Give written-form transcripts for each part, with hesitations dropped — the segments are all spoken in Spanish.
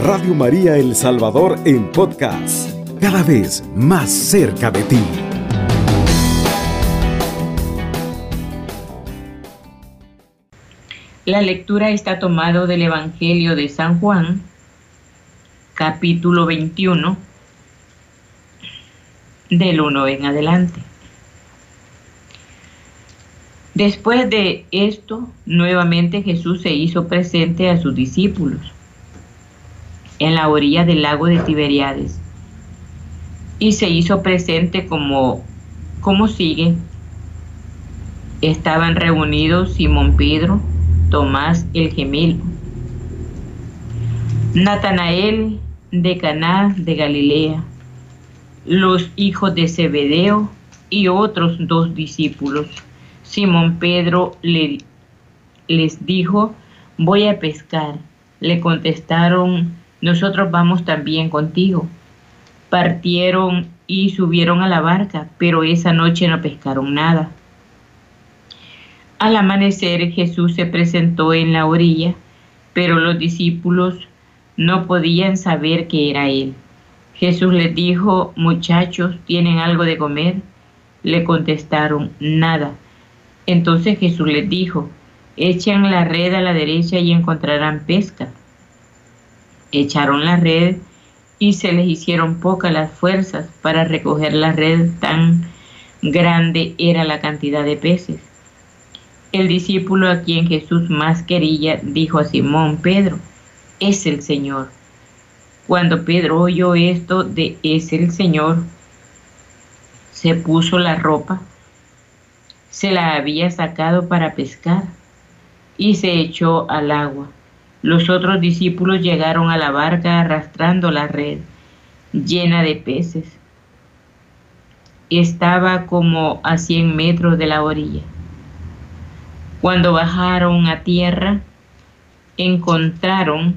Radio María El Salvador en podcast, cada vez más cerca de ti. La lectura está tomada del Evangelio de San Juan, capítulo 21, del 1 en adelante. Después de esto, nuevamente Jesús se hizo presente a sus discípulos en la orilla del lago de Tiberíades, y se hizo presente como sigue. Estaban reunidos Simón Pedro, Tomás el gemelo, Natanael de Caná de Galilea, los hijos de Zebedeo y otros 2 discípulos. Simón Pedro les dijo: voy a pescar. Le contestaron: nosotros vamos también contigo. Partieron y subieron a la barca, pero esa noche no pescaron nada. Al amanecer Jesús se presentó en la orilla, pero los discípulos no podían saber que era Él. Jesús les dijo: muchachos, ¿tienen algo de comer? Le contestaron: nada. Entonces Jesús les dijo: echen la red a la derecha y encontrarán pesca. Echaron la red y se les hicieron pocas las fuerzas para recoger la red, tan grande era la cantidad de peces. El discípulo a quien Jesús más quería dijo a Simón Pedro: es el Señor. Cuando Pedro oyó esto de es el Señor, se puso la ropa, se la había sacado para pescar, y se echó al agua. Los otros discípulos llegaron a la barca arrastrando la red llena de peces. Estaba como a 100 metros de la orilla. Cuando bajaron a tierra, encontraron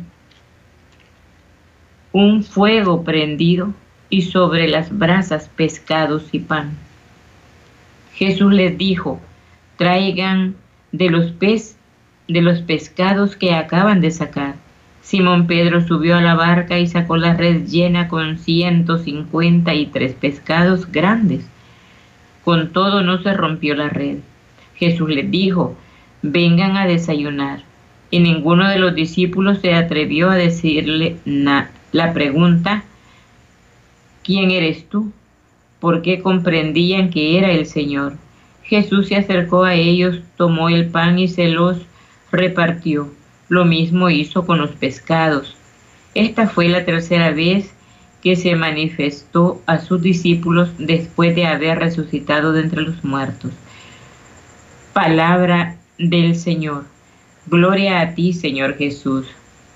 un fuego prendido y sobre las brasas pescados y pan. Jesús les dijo: traigan de los pescados que acaban de sacar. Simón Pedro subió a la barca y sacó la red llena con 153 pescados grandes. Con todo no se rompió la red. Jesús les dijo: vengan a desayunar. Y ninguno de los discípulos se atrevió a decirle la pregunta: ¿quién eres tú? Porque comprendían que era el Señor. Jesús se acercó a ellos, tomó el pan y se los repartió. Lo mismo hizo con los pescados. Esta fue la tercera vez que se manifestó a sus discípulos después de haber resucitado de entre los muertos. Palabra del Señor. Gloria a ti, Señor Jesús.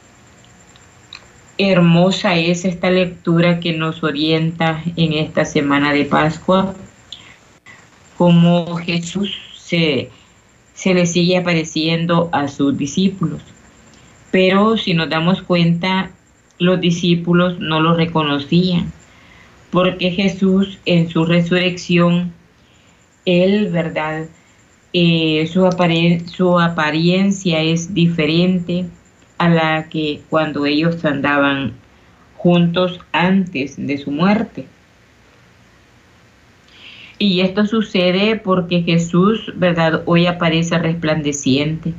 Hermosa es esta lectura que nos orienta en esta semana de Pascua, como Jesús se le sigue apareciendo a sus discípulos. Pero si nos damos cuenta, los discípulos no lo reconocían, porque Jesús en su resurrección, Él, ¿verdad? Su apariencia es diferente a la que cuando ellos andaban juntos antes de su muerte. Y esto sucede porque Jesús, ¿verdad?, hoy aparece resplandeciente.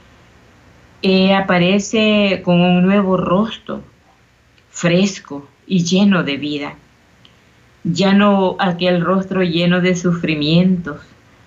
Aparece con un nuevo rostro, fresco y lleno de vida. Ya no aquel rostro lleno de sufrimientos,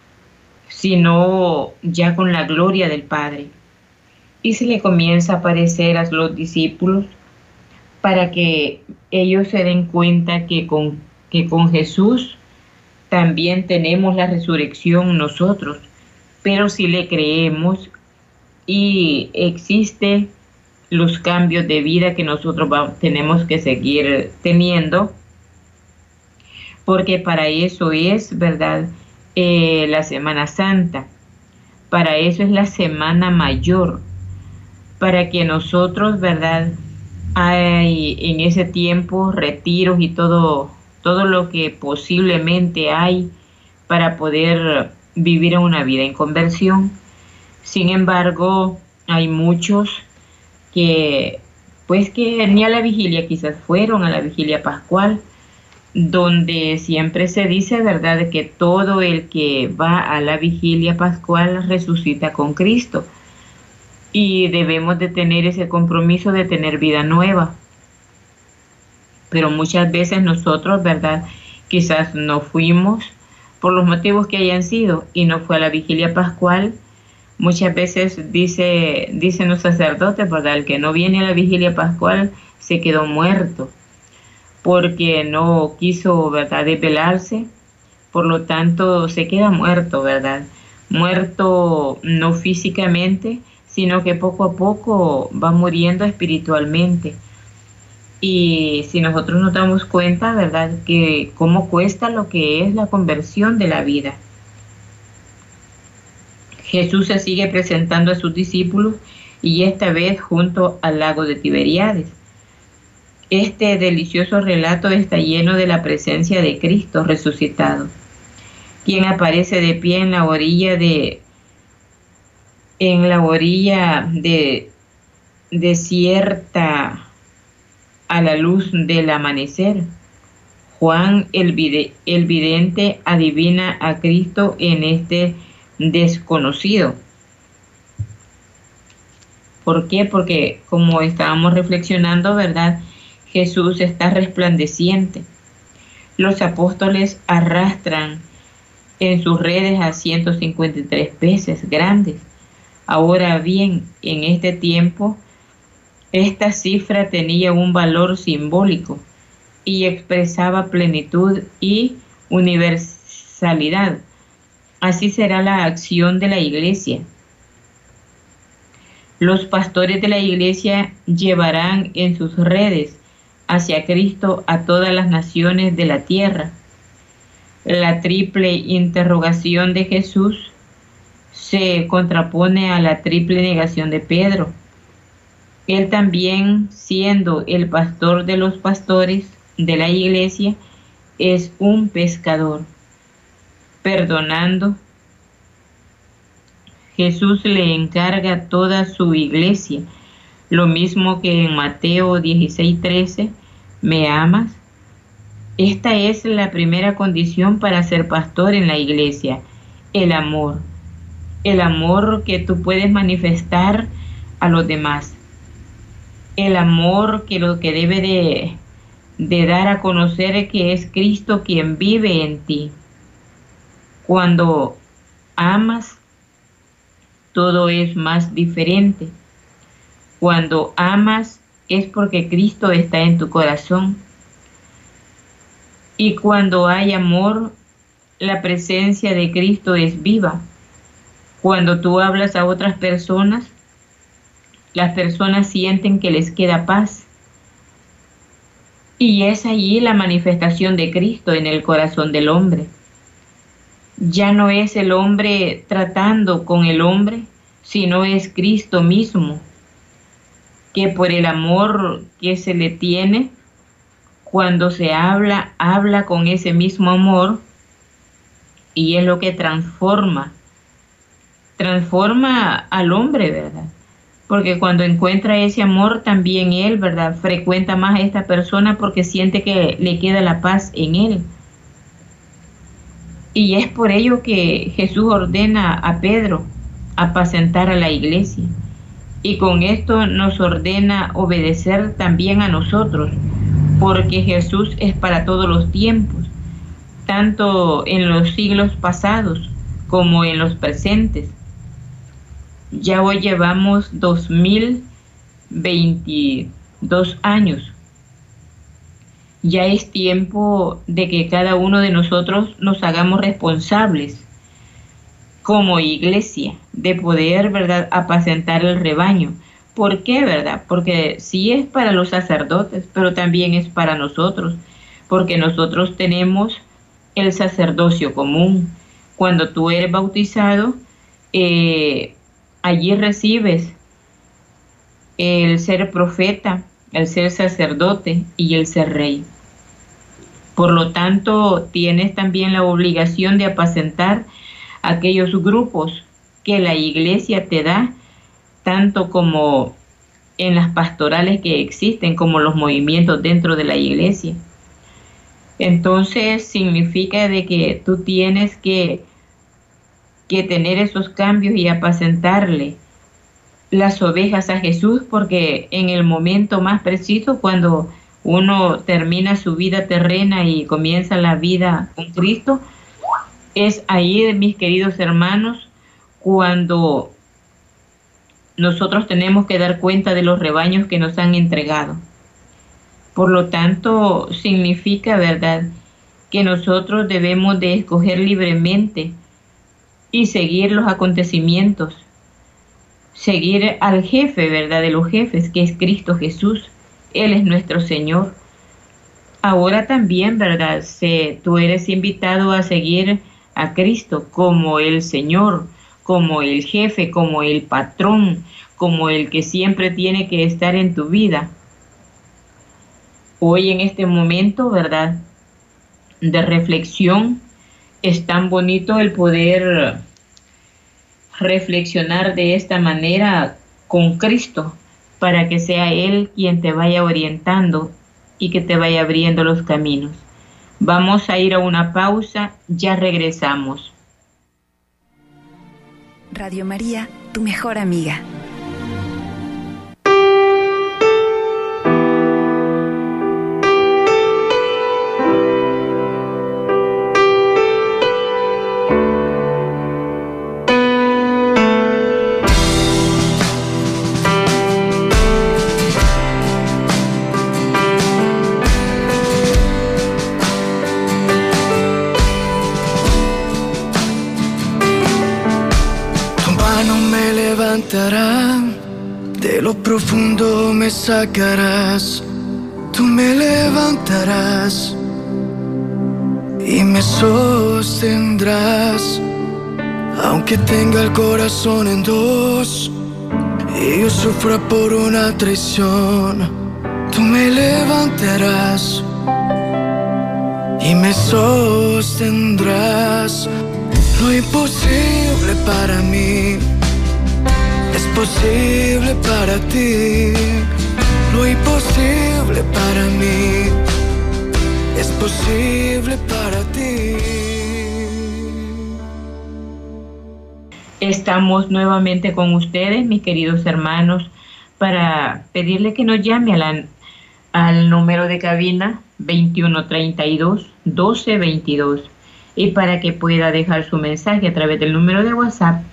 sino ya con la gloria del Padre. Y se le comienza a aparecer a los discípulos para que ellos se den cuenta que con Jesús también tenemos la resurrección nosotros, pero si le creemos y existe los cambios de vida que nosotros tenemos que seguir teniendo, porque para eso es, ¿verdad?, la Semana Santa, para eso es la Semana Mayor, para que nosotros, ¿verdad?, hay en ese tiempo retiros y todo lo que posiblemente hay para poder vivir una vida en conversión. Sin embargo, hay muchos que pues que ni a la vigilia quizás fueron, a la vigilia pascual, donde siempre se dice, ¿verdad?, de que todo el que va a la vigilia pascual resucita con Cristo. Y debemos de tener ese compromiso de tener vida nueva. Pero muchas veces nosotros, ¿verdad?, quizás no fuimos por los motivos que hayan sido y no fue a la vigilia pascual. Muchas veces dicen los sacerdotes, ¿verdad?, el que no viene a la vigilia pascual se quedó muerto porque no quiso, ¿verdad?, desvelarse. Por lo tanto, se queda muerto, ¿verdad? Muerto no físicamente, sino que poco a poco va muriendo espiritualmente. Y si nosotros nos damos cuenta, ¿verdad?, que cómo cuesta lo que es la conversión de la vida. Jesús se sigue presentando a sus discípulos y esta vez junto al lago de Tiberíades. Este delicioso relato está lleno de la presencia de Cristo resucitado, quien aparece de pie en la orilla desierta a la luz del amanecer. Juan el vidente adivina a Cristo en este desconocido. ¿Por qué? Porque como estábamos reflexionando, ¿verdad?, Jesús está resplandeciente. Los apóstoles arrastran en sus redes a 153 peces grandes. Ahora bien, en este tiempo, esta cifra tenía un valor simbólico y expresaba plenitud y universalidad. Así será la acción de la iglesia. Los pastores de la iglesia llevarán en sus redes hacia Cristo a todas las naciones de la tierra. La triple interrogación de Jesús se contrapone a la triple negación de Pedro. Él también, siendo el pastor de los pastores de la iglesia, es un pescador. Perdonando, Jesús le encarga toda su iglesia, lo mismo que en Mateo 16:13, ¿me amas? Esta es la primera condición para ser pastor en la iglesia, el amor. El amor que tú puedes manifestar a los demás. El amor que lo que debe de dar a conocer es que es Cristo quien vive en ti. Cuando amas, todo es más diferente. Cuando amas es porque Cristo está en tu corazón. Y cuando hay amor, la presencia de Cristo es viva. Cuando tú hablas a otras personas, las personas sienten que les queda paz. Y es allí la manifestación de Cristo en el corazón del hombre. Ya no es el hombre tratando con el hombre, sino es Cristo mismo, que por el amor que se le tiene, cuando se habla con ese mismo amor, y es lo que transforma al hombre, ¿verdad? Porque cuando encuentra ese amor, también él, ¿verdad?, frecuenta más a esta persona porque siente que le queda la paz en él. Y es por ello que Jesús ordena a Pedro apacentar a la iglesia. Y con esto nos ordena obedecer también a nosotros, porque Jesús es para todos los tiempos, tanto en los siglos pasados como en los presentes. Ya hoy llevamos 2022 años. Ya es tiempo de que cada uno de nosotros nos hagamos responsables como iglesia de poder, ¿verdad?, apacentar el rebaño. ¿Por qué, verdad? Porque sí es para los sacerdotes, pero también es para nosotros, porque nosotros tenemos el sacerdocio común. Cuando tú eres bautizado, allí recibes el ser profeta, el ser sacerdote y el ser rey. Por lo tanto, tienes también la obligación de apacentar aquellos grupos que la iglesia te da, tanto como en las pastorales que existen, como los movimientos dentro de la iglesia. Entonces significa de que tú tienes que tener esos cambios y apacentarle las ovejas a Jesús, porque en el momento más preciso, cuando uno termina su vida terrena y comienza la vida con Cristo, es ahí, mis queridos hermanos, cuando nosotros tenemos que dar cuenta de los rebaños que nos han entregado. Por lo tanto, significa, ¿verdad?, que nosotros debemos de escoger libremente y seguir los acontecimientos, seguir al jefe, ¿verdad?, de los jefes, que es Cristo Jesús. Él es nuestro Señor. Ahora también, ¿verdad?, tú eres invitado a seguir a Cristo como el Señor, como el jefe, como el patrón, como el que siempre tiene que estar en tu vida. Hoy en este momento, ¿verdad?, de reflexión, es tan bonito el poder reflexionar de esta manera con Cristo, para que sea Él quien te vaya orientando y que te vaya abriendo los caminos. Vamos a ir a una pausa, ya regresamos. Radio María, tu mejor amiga. De lo profundo me sacarás, tú me levantarás y me sostendrás. Aunque tenga el corazón en dos y yo sufra por una traición, tú me levantarás y me sostendrás. Lo imposible para mí es posible para ti. Lo imposible para mí es posible para ti. Estamos nuevamente con ustedes, mis queridos hermanos, para pedirle que nos llame al número de cabina 2132-1222 y para que pueda dejar su mensaje a través del número de WhatsApp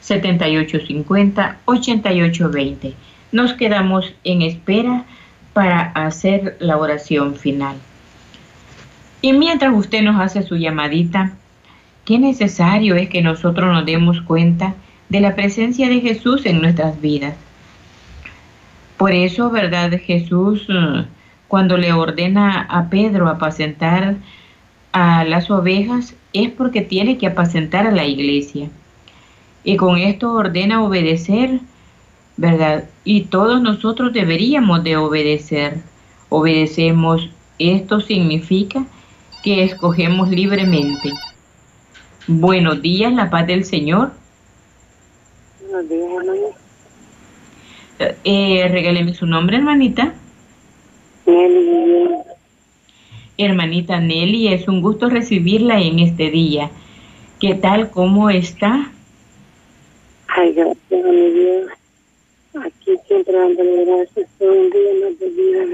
7850-8820. Nos quedamos en espera para hacer la oración final. Y mientras usted nos hace su llamadita, qué necesario es que nosotros nos demos cuenta de la presencia de Jesús en nuestras vidas. Por eso, ¿verdad?, Jesús, cuando le ordena a Pedro apacentar a las ovejas, es porque tiene que apacentar a la iglesia. Y con esto ordena obedecer, ¿verdad? Y todos nosotros deberíamos de obedecer. Obedecemos. Esto significa que escogemos libremente. Buenos días, la paz del Señor. Buenos días, hermanita. Regáleme su nombre, hermanita. Nelly. Hermanita Nelly, es un gusto recibirla en este día. ¿Qué tal? ¿Cómo está? Ay, gracias a mi Dios. Aquí siempre dándole gracias por un día más de vida,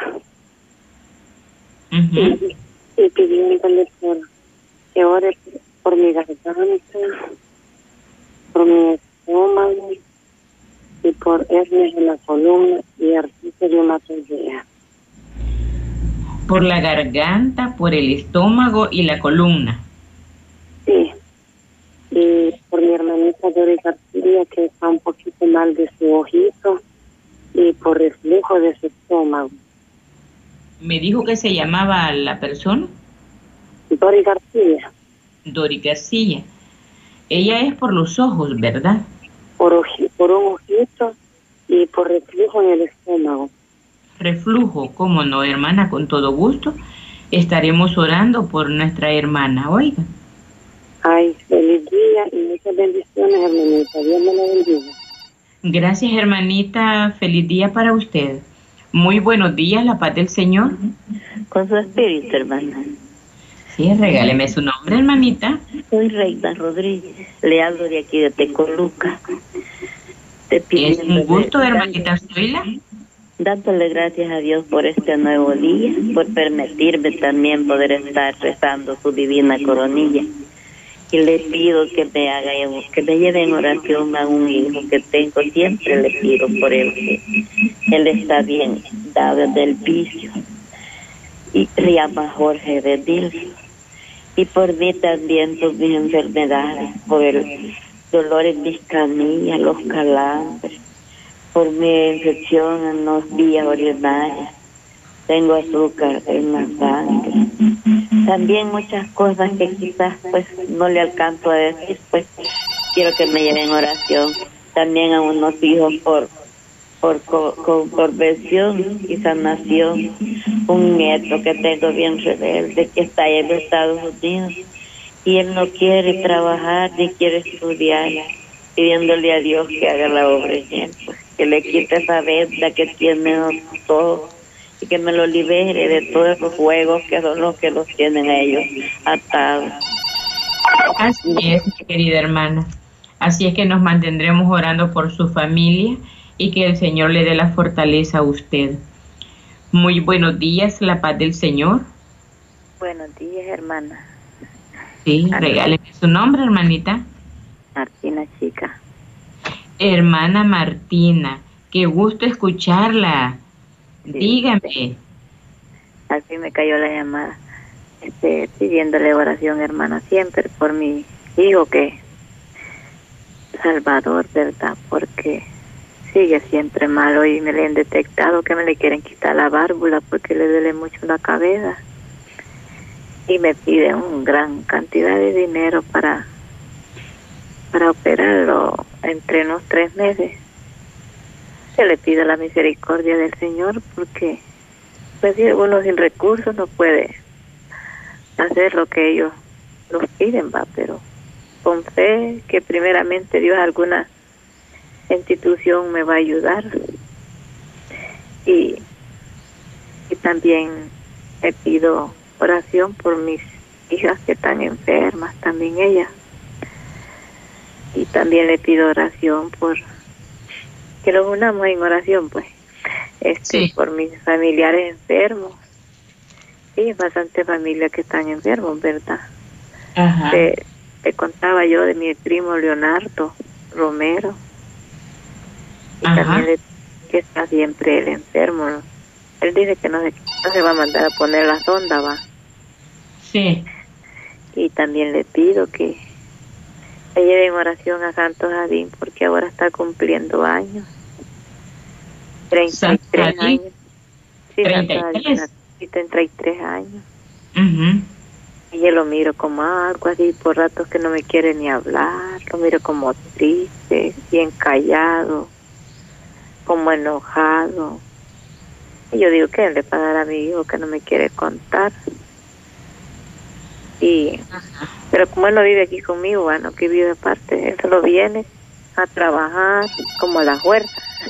¿verdad? Y pidiéndole que ore por mi garganta, por mi estómago y por hernias en la columna y artritis reumatoidea. Por la garganta, por el estómago y la columna. Sí. Y por mi hermanita Dori García, que está un poquito mal de su ojito, y por reflujo de su estómago. ¿Me dijo que se llamaba la persona? Dori García. Dori García. Ella es por los ojos, ¿verdad? Por un ojito y por reflujo en el estómago. Reflujo, cómo no, hermana, con todo gusto. Estaremos orando por nuestra hermana, oiga. Ay, feliz día y muchas bendiciones, hermanita. Dios me la bendiga. Gracias, hermanita. Feliz día para usted. Muy buenos días, la paz del Señor. Con su espíritu, hermana. Sí, regáleme su nombre, hermanita. Soy Reina Rodríguez. Le hablo de aquí de Tecoluca. Es un gusto, hermanita Zoila. Dándole gracias a Dios por este nuevo día, por permitirme también poder estar rezando su divina coronilla. Y le pido que me lleve en oración a un hijo que tengo. Siempre le pido por él, que él está bien dado del vicio. Y se llama Jorge Bedilio. Y por mí también, por mis enfermedades, por el dolor en mis canillas, los calambres, por mi infección en las vías urinarias. Tengo azúcar en la sangre. También muchas cosas que quizás pues no le alcanzo a decir, pues quiero que me lleven oración. También a unos hijos por conversión y sanación. Un nieto que tengo bien rebelde que está allá en Estados Unidos y él no quiere trabajar ni quiere estudiar, pidiéndole a Dios que haga la obra en él, pues, que le quite esa venda que tiene todo y que me lo libere de todos esos juegos que son los que los tienen a ellos atados. Así es, mi querida hermana. Así es que nos mantendremos orando por su familia y que el Señor le dé la fortaleza a usted. Muy buenos días, la paz del Señor. Buenos días, hermana. Sí, regáleme su nombre, hermanita. Martina Chica. Hermana Martina, qué gusto escucharla. Sí. Dígame. Así me cayó la llamada. Pidiéndole oración, hermana, siempre por mi hijo que Salvador, ¿verdad? Porque sigue siempre malo y me le han detectado que me le quieren quitar la válvula porque le duele mucho la cabeza y me piden una gran cantidad de dinero para operarlo entre unos 3 meses. Se le pide la misericordia del Señor porque pues si uno sin recursos no puede hacer lo que ellos nos piden, va, pero con fe que primeramente Dios alguna institución me va a ayudar y también le pido oración por mis hijas que están enfermas, también ellas, y también le pido oración por que los unamos en oración, pues, sí, por mis familiares enfermos. Sí, bastante familia que están enfermos, ¿verdad? Ajá. Te contaba yo de mi primo Leonardo Romero. Y ajá, también que está siempre el enfermo, ¿no? Él dice que no se va a mandar a poner la sonda, va. Sí. Y también le pido que le lleven oración a Santo Jadín porque ahora está cumpliendo años. 33 años. Sí, 33. Y 33 años. Uh-huh. Y yo lo miro como algo así, por ratos que no me quiere ni hablar, lo miro como triste, bien callado, como enojado. Y yo digo, ¿qué le pagará a mi hijo que no me quiere contar? Pero como él no vive aquí conmigo, bueno, que vive aparte, él solo viene a trabajar como a la fuerza.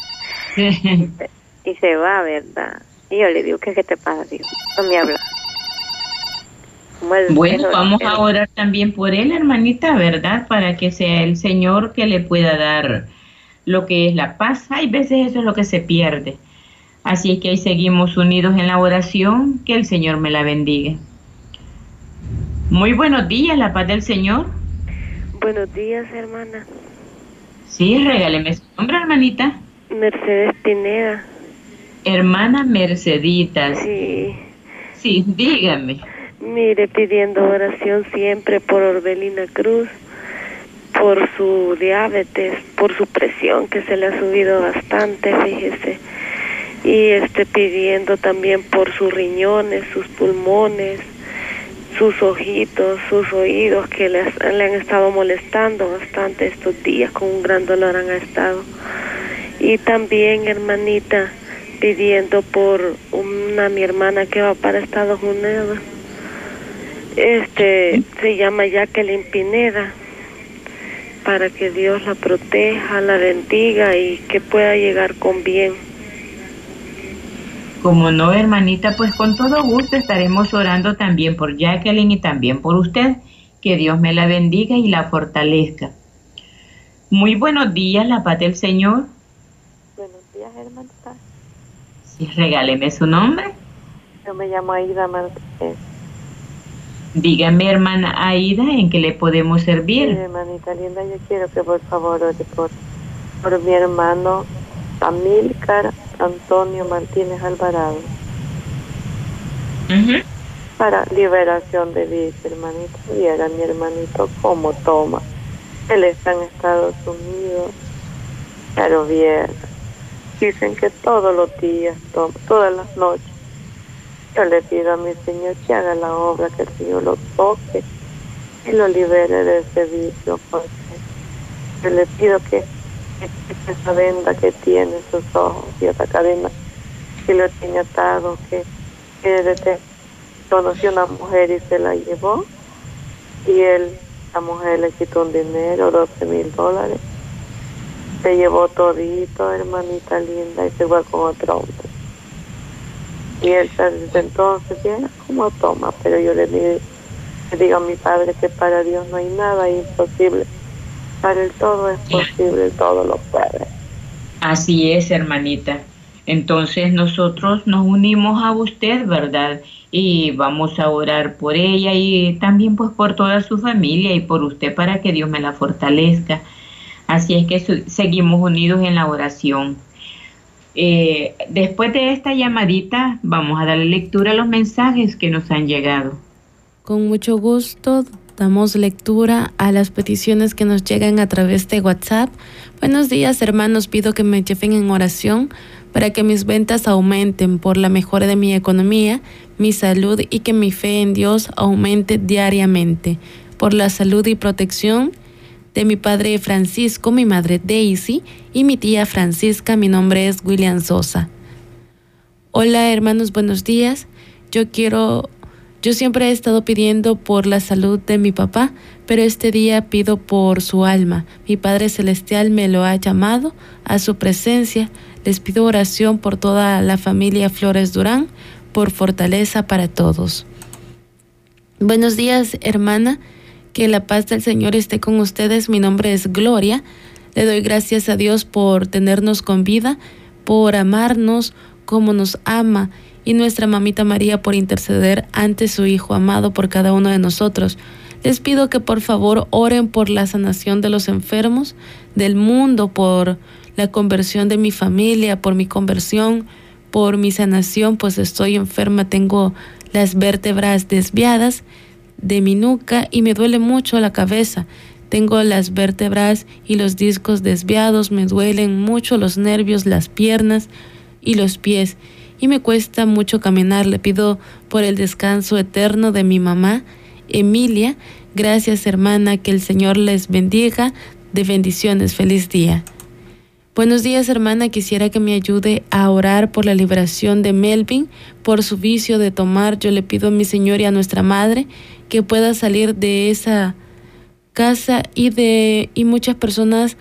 y se va, ¿verdad? Y yo le digo, ¿qué te pasa, Dios? No me habla. Bueno, vamos a orar también por él, hermanita, ¿verdad? Para que sea el Señor que le pueda dar lo que es la paz. Hay veces eso es lo que se pierde. Así es que ahí seguimos unidos en la oración. Que el Señor me la bendiga. Muy buenos días, la paz del Señor. Buenos días, hermana. Sí, regáleme su nombre, hermanita. Mercedes Pineda. Hermana Mercedita. Sí. Sí, dígame. Mire, pidiendo oración siempre por Orbelina Cruz, por su diabetes, por su presión que se le ha subido bastante, fíjese. Y pidiendo también por sus riñones, sus pulmones, sus ojitos, sus oídos que le han estado molestando bastante estos días, con un gran dolor han estado. Y también, hermanita, pidiendo por mi hermana que va para Estados Unidos. Se llama Jacqueline Pineda. para que Dios la proteja, la bendiga y que pueda llegar con bien. Como no, hermanita, pues con todo gusto estaremos orando también por Jacqueline y también por usted. Que Dios me la bendiga y la fortalezca. Muy buenos días, la paz del Señor. Buenos días, hermanita. Sí, regáleme su nombre. Yo me llamo Aida Martínez. Dígame, hermana Aida, ¿en qué le podemos servir? Sí, hermanita linda, yo quiero que por favor ore por mi hermano Amílcar Antonio Martínez Alvarado. Para liberación de vicio, hermanito. Viera mi hermanito cómo toma. Él está en Estados Unidos, pero bien. Dicen que todos los días toma, todas las noches. Yo le pido a mi Señor que haga la obra, que el Señor lo toque y lo libere de ese vicio, porque yo le pido que esa venda que tiene en sus ojos y esa cadena que lo tiene atado, que desde conoció una mujer y se la llevó, y la mujer le quitó un dinero, $12,000, se llevó todito, hermanita linda, y se fue con otro hombre. Y él desde entonces viene como toma, pero yo le digo a mi padre que para Dios no hay nada imposible, para él todo es posible, todo lo puede. Así es, hermanita. Entonces nosotros nos unimos a usted, ¿verdad? Y vamos a orar por ella y también pues por toda su familia y por usted para que Dios me la fortalezca. Así es que seguimos unidos en la oración. Después de esta llamadita vamos a darle lectura a los mensajes que nos han llegado. Con mucho gusto damos lectura a las peticiones que nos llegan a través de WhatsApp. Buenos días, hermanos, pido que me lleven en oración para que mis ventas aumenten por la mejora de mi economía, mi salud y que mi fe en Dios aumente diariamente. Por la salud y protección de mi padre Francisco, mi madre Daisy y mi tía Francisca. Mi nombre es William Sosa. Hola, hermanos, buenos días. Yo siempre he estado pidiendo por la salud de mi papá, pero este día pido por su alma. Mi Padre Celestial me lo ha llamado a su presencia. Les pido oración por toda la familia Flores Durán, por fortaleza para todos. Buenos días, hermana. Que la paz del Señor esté con ustedes. Mi nombre es Gloria. Le doy gracias a Dios por tenernos con vida, por amarnos como nos ama, y nuestra mamita María por interceder ante su Hijo amado por cada uno de nosotros. Les pido que por favor oren por la sanación de los enfermos del mundo, por la conversión de mi familia, por mi conversión, por mi sanación, pues estoy enferma, tengo las vértebras desviadas de mi nuca y me duele mucho la cabeza. Tengo las vértebras y los discos desviados, me duelen mucho los nervios, las piernas y los pies, y me cuesta mucho caminar. Le pido por el descanso eterno de mi mamá, Emilia. Gracias, hermana, que el Señor les bendiga. De bendiciones, feliz día. Buenos días, hermana, quisiera que me ayude a orar por la liberación de Melvin, por su vicio de tomar. Yo le pido a mi Señor y a nuestra Madre que pueda salir de esa casa, y muchas personas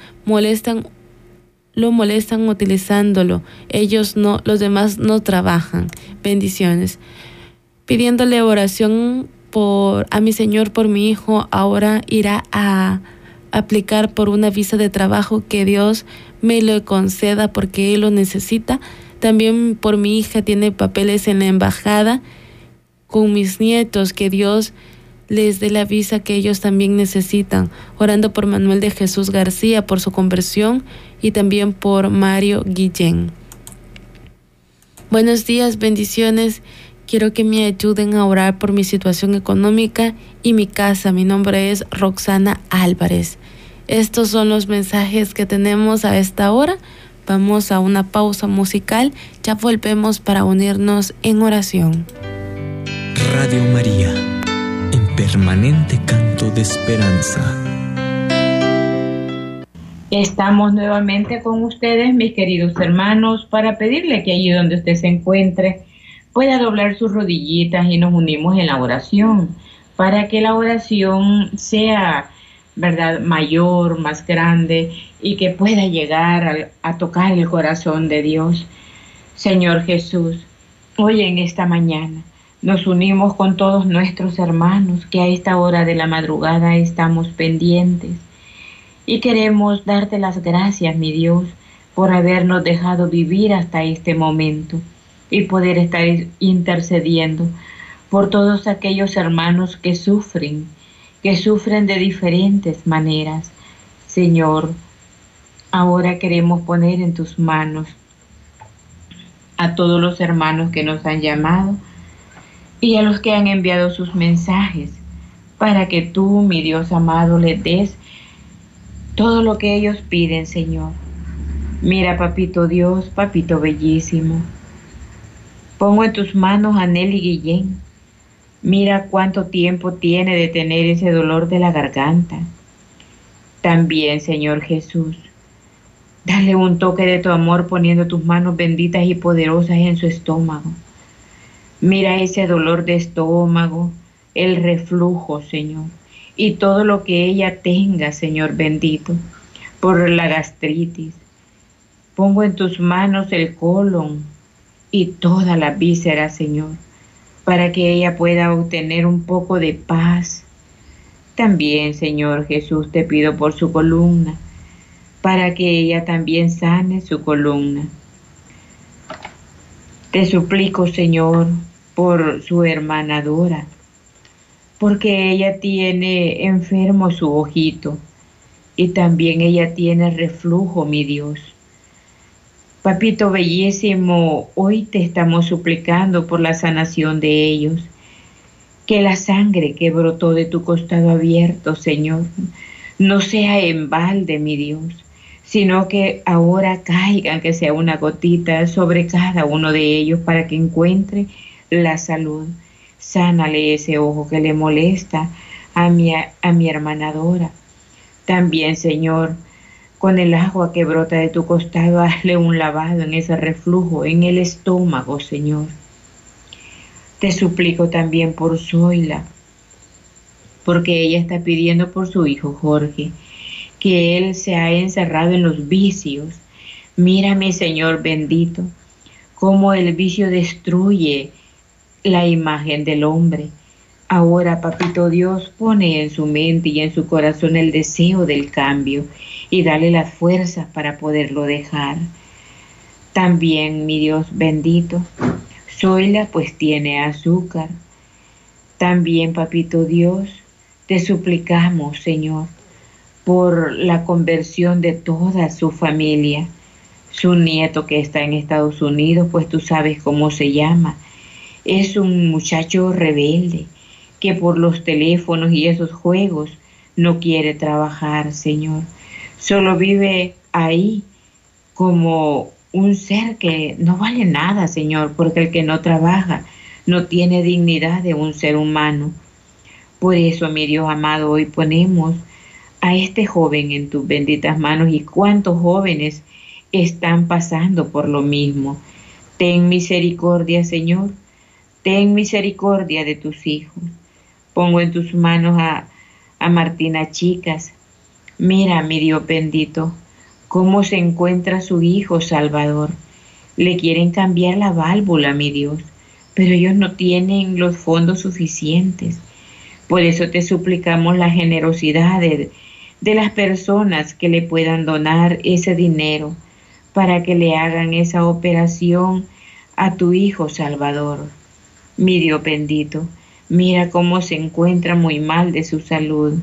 lo molestan utilizándolo. Ellos no, los demás no trabajan. Bendiciones. Pidiéndole oración a mi Señor por mi hijo. Ahora irá a aplicar por una visa de trabajo, que Dios me lo conceda porque él lo necesita. También por mi hija, tiene papeles en la embajada. Con mis nietos, que Dios les dé la visa que ellos también necesitan. Orando por Manuel de Jesús García, por su conversión, y también por Mario Guillén. Buenos días, bendiciones. Quiero que me ayuden a orar por mi situación económica y mi casa. Mi nombre es Roxana Álvarez. Estos son los mensajes que tenemos a esta hora. Vamos a una pausa musical. Ya volvemos para unirnos en oración. Radio María, en permanente canto de esperanza. Estamos nuevamente con ustedes, mis queridos hermanos, para pedirle que allí donde usted se encuentre pueda doblar sus rodillitas y nos unimos en la oración, para que la oración sea ¿verdad?, mayor, más grande, y que pueda llegar a tocar el corazón de Dios. Señor Jesús, hoy en esta mañana nos unimos con todos nuestros hermanos que a esta hora de la madrugada estamos pendientes y queremos darte las gracias, mi Dios, por habernos dejado vivir hasta este momento y poder estar intercediendo por todos aquellos hermanos que sufren de diferentes maneras. Señor, ahora queremos poner en tus manos a todos los hermanos que nos han llamado y a los que han enviado sus mensajes, para que tú, mi Dios amado, les des todo lo que ellos piden, Señor. Mira, papito Dios, papito bellísimo, pongo en tus manos a Nelly Guillén. Mira cuánto tiempo tiene de tener ese dolor de la garganta. También, Señor Jesús, dale un toque de tu amor poniendo tus manos benditas y poderosas en su estómago. Mira ese dolor de estómago, el reflujo, Señor, y todo lo que ella tenga, Señor bendito, por la gastritis. Pongo en tus manos el colon y todas las vísceras, Señor, para que ella pueda obtener un poco de paz. También, Señor Jesús, te pido por su columna, para que ella también sane su columna. Te suplico, Señor, por su hermana Dora, porque ella tiene enfermo su ojito y también ella tiene reflujo, mi Dios. Papito bellísimo, hoy te estamos suplicando por la sanación de ellos, que la sangre que brotó de tu costado abierto, Señor, no sea en balde, mi Dios, sino que ahora caiga, que sea una gotita sobre cada uno de ellos para que encuentre la salud. Sánale ese ojo que le molesta a mi hermana Dora. También, Señor, con el agua que brota de tu costado, hazle un lavado en ese reflujo, en el estómago, Señor. Te suplico también por Zoila, porque ella está pidiendo por su hijo Jorge, que él se ha encerrado en los vicios. Mírame, Señor bendito, cómo el vicio destruye la imagen del hombre. Ahora, papito Dios, pone en su mente y en su corazón el deseo del cambio y dale las fuerzas para poderlo dejar. También, mi Dios bendito, Zoila pues tiene azúcar. También, papito Dios, te suplicamos, Señor, por la conversión de toda su familia. Su nieto que está en Estados Unidos, pues tú sabes cómo se llama. Es un muchacho rebelde que por los teléfonos y esos juegos no quiere trabajar, Señor. Solo vive ahí como un ser que no vale nada, Señor, porque el que no trabaja no tiene dignidad de un ser humano. Por eso, mi Dios amado, hoy ponemos a este joven en tus benditas manos, y cuántos jóvenes están pasando por lo mismo. Ten misericordia, Señor, ten misericordia de tus hijos. Pongo en tus manos a Martina Chicas. Mira, mi Dios bendito, cómo se encuentra su hijo Salvador. Le quieren cambiar la válvula, mi Dios, pero ellos no tienen los fondos suficientes. Por eso te suplicamos la generosidad de las personas que le puedan donar ese dinero para que le hagan esa operación a tu hijo Salvador. Mi Dios bendito, mira cómo se encuentra muy mal de su salud.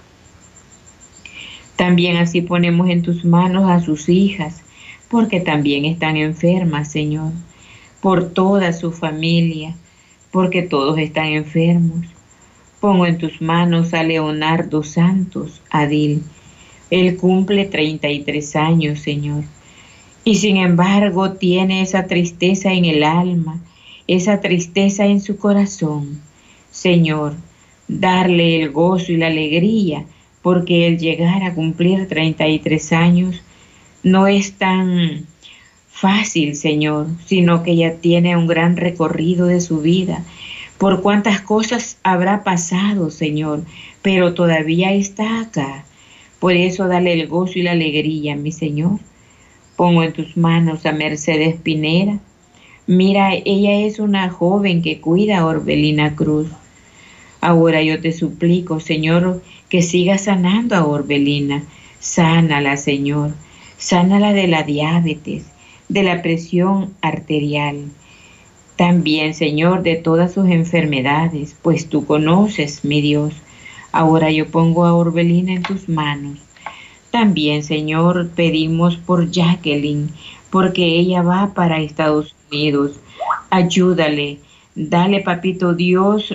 También así ponemos en tus manos a sus hijas, porque también están enfermas, Señor, por toda su familia, porque todos están enfermos. Pongo en tus manos a Leonardo Santos Adil. Él cumple 33 años, Señor, y sin embargo tiene esa tristeza en el alma, esa tristeza en su corazón. Señor, darle el gozo y la alegría, porque el llegar a cumplir 33 años no es tan fácil, Señor, sino que ya tiene un gran recorrido de su vida, por cuántas cosas habrá pasado, Señor, pero todavía está acá. Por eso dale el gozo y la alegría, mi Señor. Pongo en tus manos a Mercedes Pineda. Mira, ella es una joven que cuida a Orbelina Cruz. Ahora yo te suplico, Señor, que siga sanando a Orbelina. Sánala, Señor. Sánala de la diabetes, de la presión arterial. También, Señor, de todas sus enfermedades, pues tú conoces, mi Dios. Ahora yo pongo a Orbelina en tus manos. También, Señor, pedimos por Jacqueline, porque ella va para Estados Unidos. Ayúdale, dale, Papito Dios,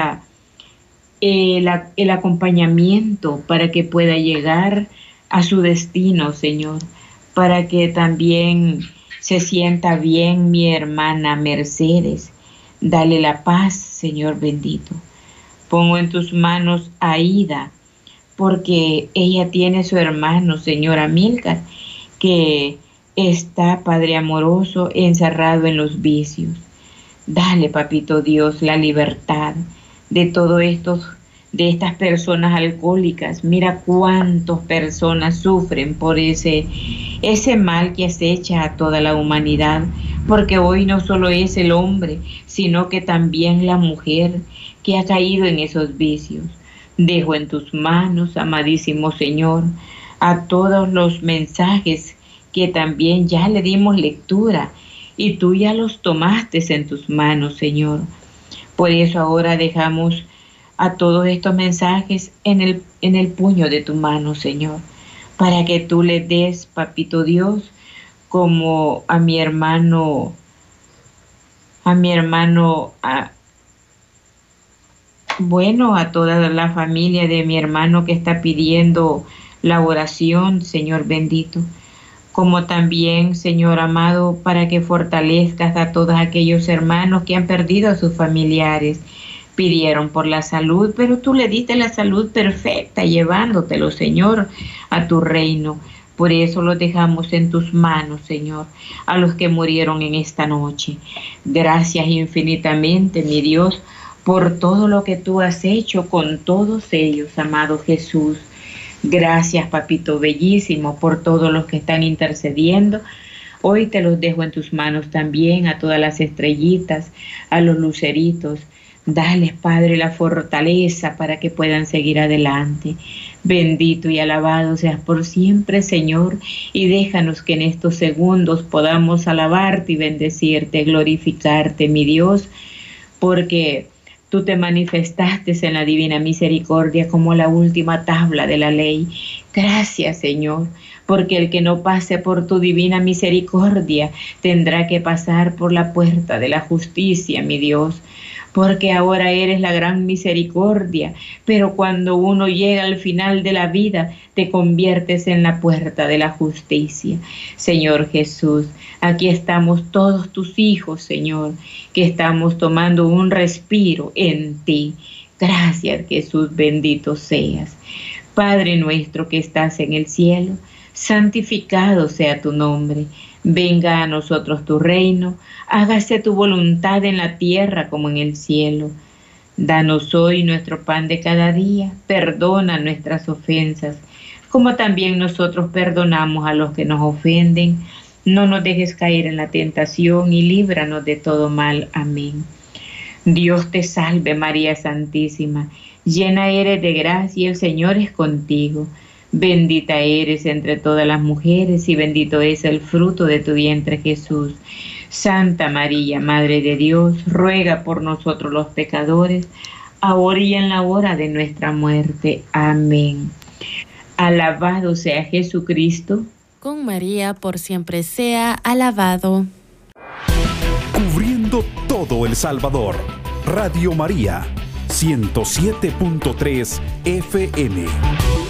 el acompañamiento para que pueda llegar a su destino, Señor, para que también se sienta bien mi hermana Mercedes. Dale la paz, Señor bendito. Pongo en tus manos a Aida, porque ella tiene su hermano, Señor Amílcar, que está, Padre amoroso, encerrado en los vicios. Dale, Papito Dios, la libertad de de estas personas alcohólicas. Mira cuántas personas sufren por ese mal que acecha a toda la humanidad, porque hoy no solo es el hombre, sino que también la mujer que ha caído en esos vicios. Dejo en tus manos, amadísimo Señor, a todos los mensajes que también ya le dimos lectura y tú ya los tomaste en tus manos, Señor. Por eso ahora dejamos a todos estos mensajes en el puño de tu mano, Señor, para que tú le des, Papito Dios, como a mi hermano, a toda la familia de mi hermano que está pidiendo la oración, Señor bendito, como también, Señor amado, para que fortalezcas a todos aquellos hermanos que han perdido a sus familiares. Pidieron por la salud, pero tú le diste la salud perfecta, llevándotelo, Señor, a tu reino. Por eso los dejamos en tus manos, Señor, a los que murieron en esta noche. Gracias infinitamente, mi Dios, por todo lo que tú has hecho con todos ellos, amado Jesús. Gracias, Papito bellísimo, por todos los que están intercediendo. Hoy te los dejo en tus manos también, a todas las estrellitas, a los luceritos. Dales, Padre, la fortaleza para que puedan seguir adelante. Bendito y alabado seas por siempre, Señor, y déjanos que en estos segundos podamos alabarte y bendecirte, glorificarte, mi Dios, porque tú te manifestaste en la divina misericordia como la última tabla de la ley. Gracias, Señor, porque el que no pase por tu divina misericordia tendrá que pasar por la puerta de la justicia, mi Dios. Porque ahora eres la gran misericordia, pero cuando uno llega al final de la vida, te conviertes en la puerta de la justicia. Señor Jesús, aquí estamos todos tus hijos, Señor, que estamos tomando un respiro en ti. Gracias, Jesús, bendito seas. Padre nuestro que estás en el cielo, santificado sea tu nombre. Venga a nosotros tu reino, hágase tu voluntad en la tierra como en el cielo. Danos hoy nuestro pan de cada día, perdona nuestras ofensas, como también nosotros perdonamos a los que nos ofenden. No nos dejes caer en la tentación y líbranos de todo mal. Amén. Dios te salve María Santísima, llena eres de gracia y el Señor es contigo. Bendita eres entre todas las mujeres y bendito es el fruto de tu vientre Jesús. Santa María, Madre de Dios, ruega por nosotros los pecadores, ahora y en la hora de nuestra muerte. Amén. Alabado sea Jesucristo. Con María por siempre sea alabado. Cubriendo todo El Salvador. Radio María, 107.3 FM.